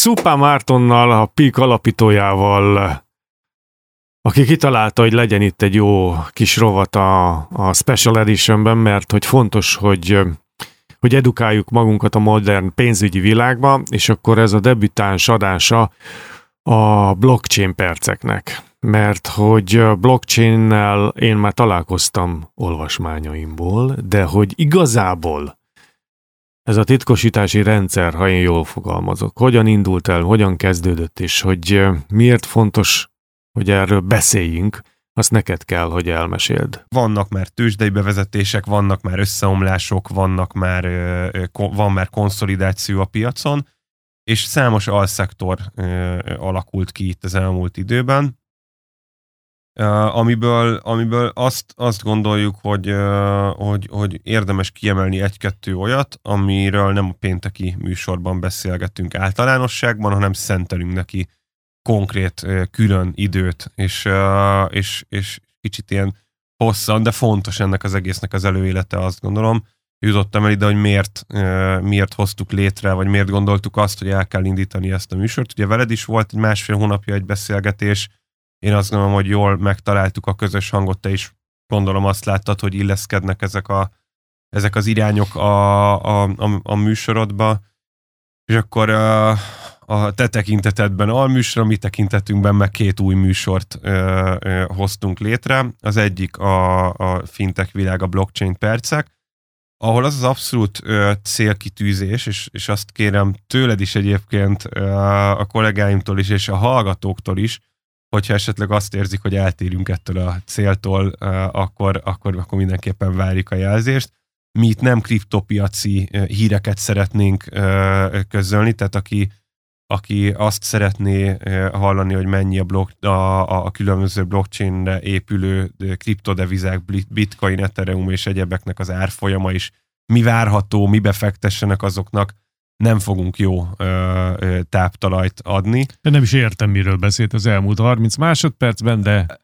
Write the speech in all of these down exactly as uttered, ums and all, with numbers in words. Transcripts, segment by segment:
Szupán Mártonnal, a Peak alapítójával, aki kitalálta, hogy legyen itt egy jó kis rovat a, a Special Editionben, mert hogy fontos, hogy, hogy edukáljuk magunkat a modern pénzügyi világba, és akkor ez a debütáns adása a blockchain perceknek. Mert hogy blockchain-nel én már találkoztam olvasmányaimból, de hogy igazából ez a titkosítási rendszer, ha én jól fogalmazok, hogyan indult el, hogyan kezdődött, és hogy miért fontos, hogy erről beszéljünk, azt neked kell, hogy elmeséld. Vannak már tőzsdei bevezetések, vannak már összeomlások, vannak már, van már konszolidáció a piacon, és számos alszektor alakult ki itt az elmúlt időben, amiből, amiből azt, azt gondoljuk, hogy, hogy, hogy érdemes kiemelni egy-kettő olyat, amiről nem a pénteki műsorban beszélgetünk általánosságban, hanem szentelünk neki konkrét külön időt, és, és, és kicsit ilyen hosszan, de fontos ennek az egésznek az előélete, azt gondolom. Jutottam el ide, hogy miért, miért hoztuk létre, vagy miért gondoltuk azt, hogy el kell indítani ezt a műsort. Ugye veled is volt egy másfél hónapja egy beszélgetés, én azt gondolom, hogy jól megtaláltuk a közös hangot, te is gondolom azt láttad, hogy illeszkednek ezek, a, ezek az irányok a, a, a, a műsorodba, és akkor a, a te tekintetedben alműsor, a mi tekintetünkben meg két új műsort ö, ö, hoztunk létre. Az egyik a, a fintech világ, a blockchain percek, ahol az az abszolút ö, célkitűzés, és, és azt kérem tőled is egyébként, ö, a kollégáimtól is, és a hallgatóktól is, hogyha esetleg azt érzik, hogy eltérünk ettől a céltól, akkor, akkor, akkor mindenképpen várjuk a jelzést. Mi itt nem kriptopiaci híreket szeretnénk közölni, tehát aki, aki azt szeretné hallani, hogy mennyi a, blok, a, a különböző blockchainre épülő kriptodevizák, bitcoin, ethereum és egyebeknek az árfolyama is, mi várható, mi befektessenek azoknak, nem fogunk jó ö, ö, táptalajt adni. De nem is értem, miről beszélt az elmúlt harminc másodpercben, de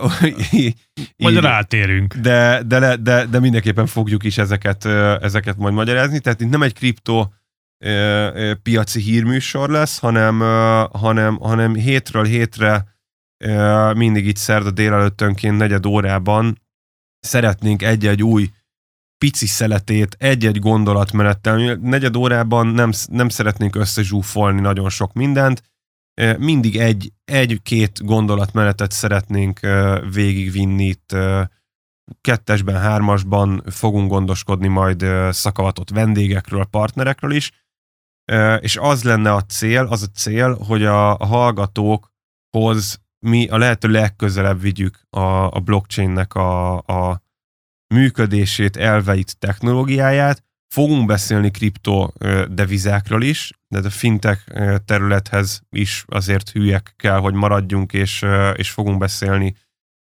majd rátérünk. De, de, de, de mindenképpen fogjuk is ezeket, ezeket majd magyarázni. Tehát itt nem egy kriptó ö, ö, piaci hírműsor lesz, hanem, ö, hanem, hanem hétről hétre ö, mindig itt szerda délelőttönként negyed órában szeretnénk egy-egy új pici szeletét, egy-egy gondolatmenettel. Negyed órában nem, nem szeretnénk összezsúfolni nagyon sok mindent. Mindig egy, egy-két gondolatmenetet szeretnénk végigvinni itt. Kettesben, hármasban fogunk gondoskodni majd szakavatott vendégekről, partnerekről is. És az lenne a cél, az a cél, hogy a, a hallgatókhoz mi a lehető legközelebb vigyük a, a blockchainnek a, a működését, elveit, technológiáját. Fogunk beszélni kriptodevizákról is, de a fintech területhez is azért hülyek kell, hogy maradjunk, és, és fogunk beszélni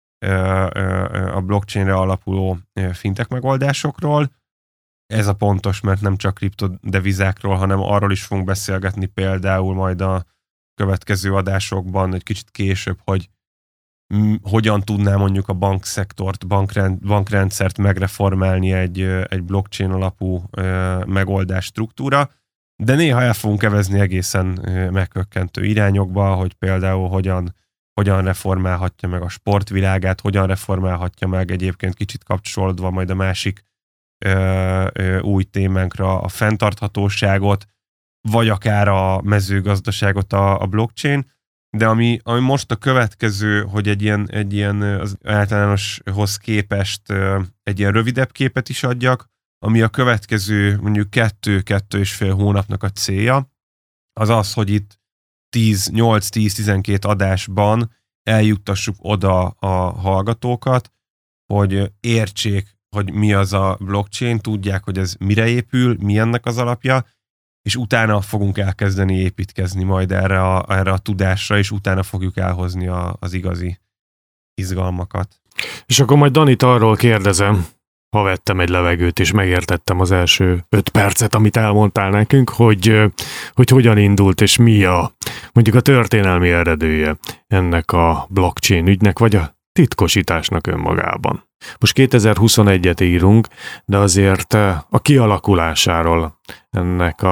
a blockchainre alapuló fintech megoldásokról. Ez a pontos, mert nem csak kriptodevizákról, hanem arról is fogunk beszélgetni például majd a következő adásokban, egy kicsit később, hogy hogyan tudná mondjuk a bankszektort, bankrend, bankrendszert megreformálni egy, egy blockchain alapú ö, megoldás struktúra, de néha el fogunk evezni egészen ö, megkökkentő irányokba, hogy például hogyan, hogyan reformálhatja meg a sportvilágát, hogyan reformálhatja meg egyébként kicsit kapcsolódva majd a másik ö, ö, új témánkra a fenntarthatóságot, vagy akár a mezőgazdaságot a, a blockchain. De ami, ami most a következő, hogy egy ilyen, egy ilyen az általánoshoz képest egy ilyen rövidebb képet is adjak, ami a következő mondjuk kettő-kettő és fél hónapnak a célja, az az, hogy itt tíz, nyolc, tíz, tizenkét adásban eljuttassuk oda a hallgatókat, hogy értsék, hogy mi az a blockchain, tudják, hogy ez mire épül, mi ennek az alapja, és utána fogunk elkezdeni építkezni majd erre a, erre a tudásra, és utána fogjuk elhozni a, az igazi izgalmakat. És akkor majd Danit arról kérdezem, ha vettem egy levegőt, és megértettem az első öt percet, amit elmondtál nekünk, hogy, hogy hogyan indult, és mi a, mondjuk a történelmi eredője ennek a blockchain ügynek, vagy a titkosításnak önmagában. Most kétezer-huszonegyet írunk, de azért a kialakulásáról, ennek a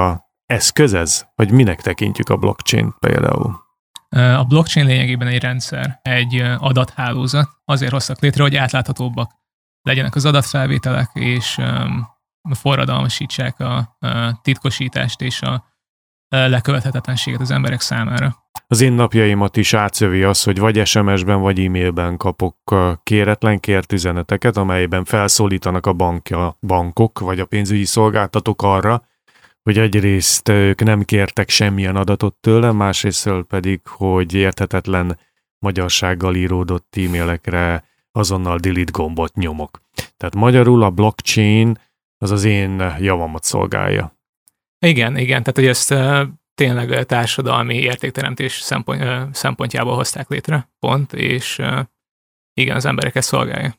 eszköz ez? Vagy minek tekintjük a blockchain például? A blockchain lényegében egy rendszer, egy adathálózat. Azért hoztak létre, hogy átláthatóbbak legyenek az adatfelvételek, és forradalmasítsák a titkosítást és a lekövethetetlenséget az emberek számára. Az én napjaimat is átszövi az, hogy vagy es em es-ben, vagy e-mailben kapok kéretlen kért üzeneteket, amelyben felszólítanak a bankja, bankok, vagy a pénzügyi szolgáltatók arra, hogy egyrészt ők nem kértek semmilyen adatot tőlem, másrésztől pedig, hogy érthetetlen magyarsággal íródott e-mailekre azonnal delete gombot nyomok. Tehát magyarul a blockchain az az én javamat szolgálja. Igen, igen, tehát hogy ezt uh, tényleg társadalmi értékteremtés szempont, uh, szempontjából hozták létre, pont, és uh, igen, az embereket szolgálja.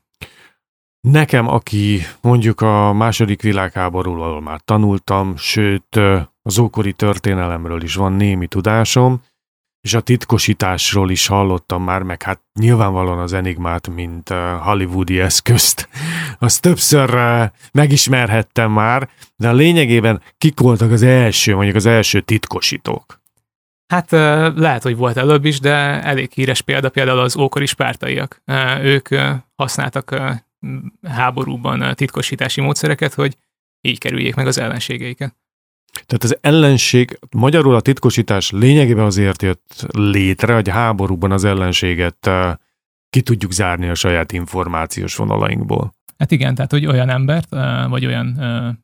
Nekem, aki mondjuk a második világháborúról már tanultam, sőt az ókori történelemről is van némi tudásom, és a titkosításról is hallottam már, meg hát nyilvánvalóan az Enigmát, mint hollywoodi eszközt. Azt többször megismerhettem már, de a lényegében kik voltak az első, mondjuk az első titkosítók? Hát lehet, hogy volt előbb is, de elég híres példa például az ókori spártaiak. Ők használtak háborúban titkosítási módszereket, hogy így kerüljék meg az ellenségeiket. Tehát az ellenség, magyarul a titkosítás lényegében azért jött létre, hogy háborúban az ellenséget ki tudjuk zárni a saját információs vonalainkból. Hát igen, tehát hogy olyan embert, vagy olyan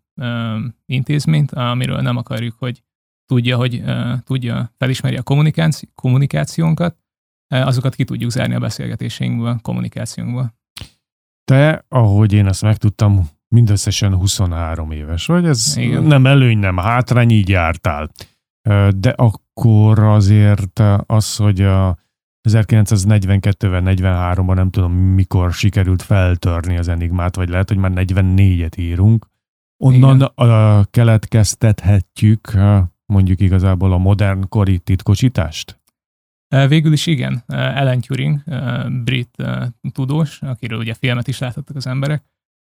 intézményt, amiről nem akarjuk, hogy tudja, hogy tudja, felismeri a kommunikáci- kommunikációnkat, azokat ki tudjuk zárni a beszélgetéseinkből, kommunikációnkból. Te, ahogy én ezt megtudtam, mindösszesen huszonhárom éves vagy, ez igen. Nem előny, nem hátrány, így jártál. De akkor azért az, hogy a ezerkilencszáznegyvenkettőben, negyvenháromban nem tudom mikor sikerült feltörni az Enigmát, vagy lehet, hogy már negyvennégyet írunk. Onnan a, keletkeztethetjük mondjuk igazából a modern kori titkosítást? Végül is igen. Alan Turing, brit tudós, akiről ugye filmet is láthattak az emberek,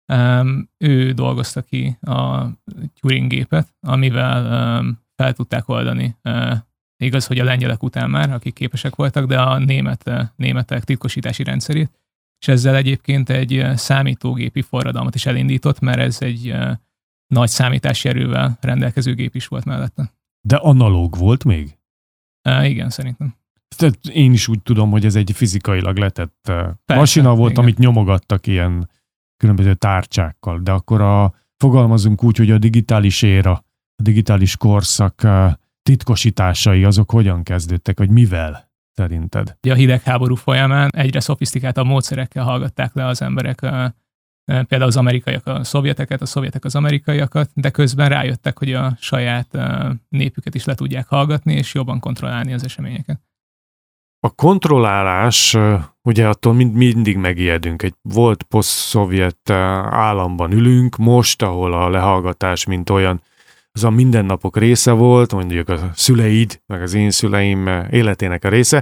ő dolgozta ki a Turing gépet, amivel fel tudták oldani. Igaz, hogy a lengyelek után már, akik képesek voltak, de a német, németek titkosítási rendszerét, és ezzel egyébként egy számítógépi forradalmat is elindított, mert ez egy nagy számítási erővel rendelkező gép is volt mellette. De analóg volt még? Igen, szerintem. Tehát én is úgy tudom, hogy ez egy fizikailag letett Persze, masina volt, igen. Amit nyomogattak ilyen különböző tárcsákkal, de akkor a, fogalmazunk úgy, hogy a digitális éra, a digitális korszak titkosításai azok hogyan kezdődtek, vagy mivel szerinted? A hidegháború folyamán egyre szofisztikáltabb módszerekkel hallgatták le az emberek, például az amerikaiak a szovjeteket, a szovjetek az amerikaiakat, de közben rájöttek, hogy a saját népüket is le tudják hallgatni, és jobban kontrollálni az eseményeket. A kontrollálás, ugye attól mind, mindig megijedünk. Egy volt poszt-szovjet államban ülünk most, ahol a lehallgatás, mint olyan, az a mindennapok része volt, mondjuk a szüleid, meg az én szüleim életének a része,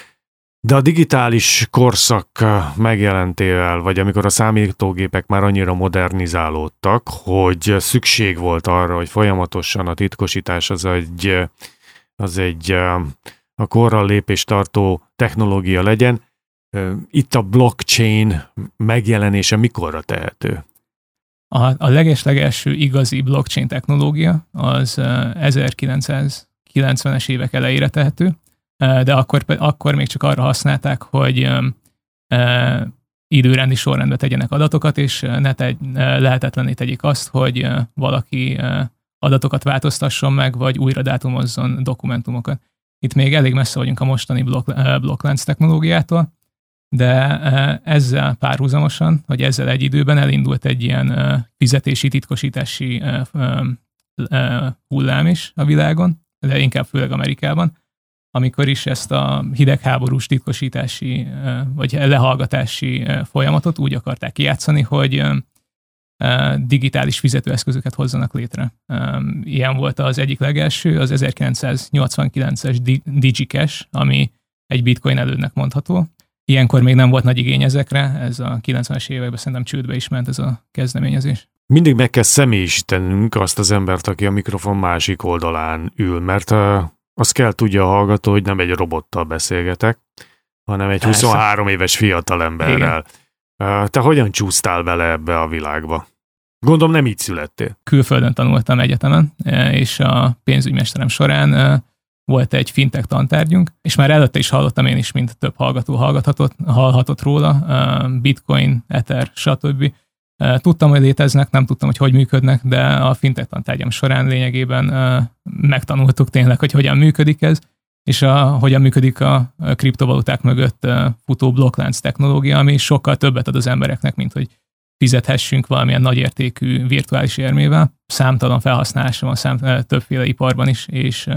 de a digitális korszak megjelentével, vagy amikor a számítógépek már annyira modernizálódtak, hogy szükség volt arra, hogy folyamatosan a titkosítás az egy, az egy a korral lépést tartó technológia legyen. Itt a blockchain megjelenése mikorra tehető? A, a legeslegelső igazi blockchain technológia az ezerkilencszázkilencvenes évek elejére tehető, de akkor, akkor még csak arra használták, hogy e, időrendi sorrendbe tegyenek adatokat, és ne tegy, lehetetlenné tegyék azt, hogy valaki adatokat változtasson meg, vagy újra dátumozzon dokumentumokat. Itt még elég messze vagyunk a mostani blokk, blokklánc technológiától, de ezzel párhuzamosan, hogy ezzel egy időben elindult egy ilyen fizetési, titkosítási hullám is a világon, de inkább főleg Amerikában, amikor is ezt a hidegháborús titkosítási vagy lehallgatási folyamatot úgy akarták kijátszani, hogy digitális fizetőeszközöket hozzanak létre. Ilyen volt az egyik legelső, az ezerkilencszáznyolcvankilences DigiCash, ami egy bitcoin elődnek mondható. Ilyenkor még nem volt nagy igény ezekre, ez a kilencvenes években szerintem csődbe is ment ez a kezdeményezés. mindig meg kell személyisítenünk azt az embert, aki a mikrofon másik oldalán ül, mert uh, azt kell tudja a hallgató, hogy nem egy robottal beszélgetek, hanem egy Persze. huszonhárom éves fiatalemberrel. Uh, te hogyan csúsztál bele ebbe a világba? Gondolom nem így születtél. Külföldön tanultam egyetemen, és a pénzügymesterem során volt egy fintech tantárgyunk, és már előtte is hallottam én is, mint több hallgató hallgathatott, hallhatott róla, Bitcoin, Ether, stb. Tudtam, hogy léteznek, nem tudtam, hogy hogy működnek, de a fintech tantárgyam során lényegében megtanultuk tényleg, hogy hogyan működik ez, és a, hogyan működik a kriptovaluták mögött futó blokklánc technológia, ami sokkal többet ad az embereknek, mint hogy fizethessünk valamilyen nagyértékű virtuális érmével. Számtalan felhasználása van szám, többféle iparban is, és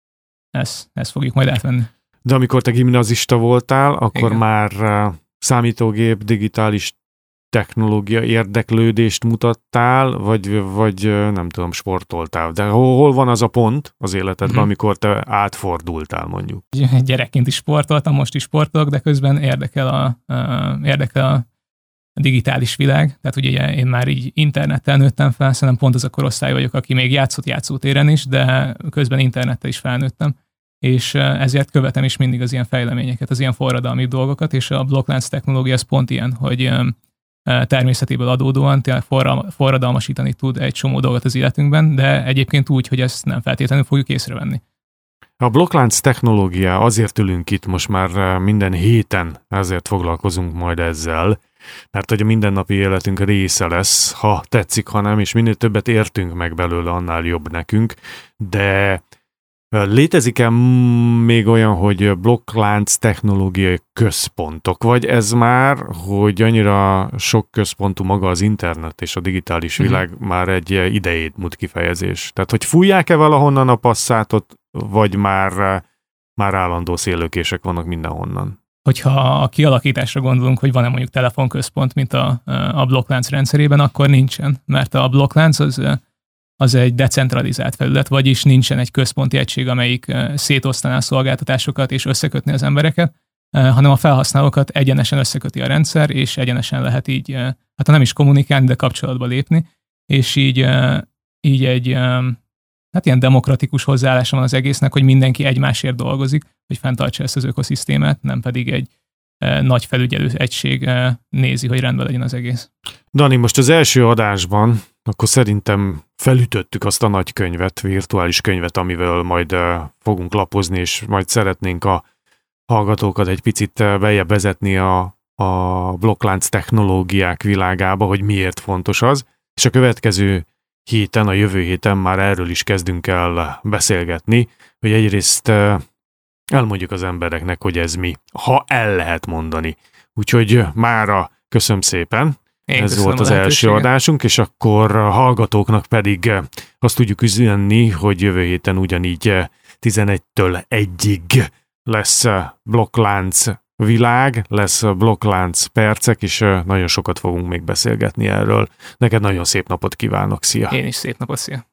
ezt, ezt fogjuk majd átvenni. De amikor te gimnazista voltál, akkor Igen. már számítógép, digitális technológia érdeklődést mutattál, vagy, vagy nem tudom, sportoltál. De hol, hol van az a pont az életedben, uh-huh. amikor te átfordultál, mondjuk? Gyerekként is sportoltam, most is sportolok, de közben érdekel a, a, érdekel a digitális világ. Tehát ugye én már így internettel nőttem fel, szerintem pont az a korosztály vagyok, aki még játszott játszótéren is, de közben internettel is felnőttem, és ezért követem is mindig az ilyen fejleményeket, az ilyen forradalmi dolgokat, és a blokklánc technológia az pont ilyen, hogy természetéből adódóan tényleg forradalmasítani tud egy csomó dolgot az életünkben, de egyébként úgy, hogy ezt nem feltétlenül fogjuk észrevenni. A blokklánc technológia, azért ülünk itt most már minden héten, ezért foglalkozunk majd ezzel, mert hogy a mindennapi életünk része lesz, ha tetszik, ha nem, és minél többet értünk meg belőle, annál jobb nekünk, de létezik-e még olyan, hogy blokklánc technológiai központok, vagy ez már, hogy annyira sok központú maga az internet és a digitális világ mm-hmm. már egy idejét mut kifejezés? Tehát, hogy fújják-e valahonnan a passzátot, vagy már, már állandó szélőkések vannak mindenhonnan? Hogyha a kialakításra gondolunk, hogy van-e mondjuk telefonközpont, mint a, a blokklánc rendszerében, akkor nincsen, mert a blokklánc az, az egy decentralizált felület, vagyis nincsen egy központi egység, amelyik szétosztaná a szolgáltatásokat és összekötni az embereket, hanem a felhasználókat egyenesen összeköti a rendszer, és egyenesen lehet így, hát nem is kommunikálni, de kapcsolatba lépni, és így, így egy hát ilyen demokratikus hozzáállása van az egésznek, hogy mindenki egymásért dolgozik, hogy fenntartsa ezt az ökoszisztémát, nem pedig egy e, nagy felügyelő egység e, nézi, hogy rendben legyen az egész. Dani, most az első adásban, akkor szerintem felütöttük azt a nagy könyvet, virtuális könyvet, amivel majd e, fogunk lapozni, és majd szeretnénk a hallgatókat egy picit beljebb vezetni a, a blokklánc technológiák világába, hogy miért fontos az, és a következő héten, a jövő héten már erről is kezdünk el beszélgetni, hogy egyrészt elmondjuk az embereknek, hogy ez mi, ha el lehet mondani. Úgyhogy mára köszönöm szépen, Én ez volt az első adásunk, és akkor a hallgatóknak pedig azt tudjuk üzenni, hogy jövő héten ugyanígy tizenegytől egyig lesz blokklánc világ, lesz blokklánc percek, és nagyon sokat fogunk még beszélgetni erről. Neked nagyon szép napot kívánok, szia! Én is szép napot, szia!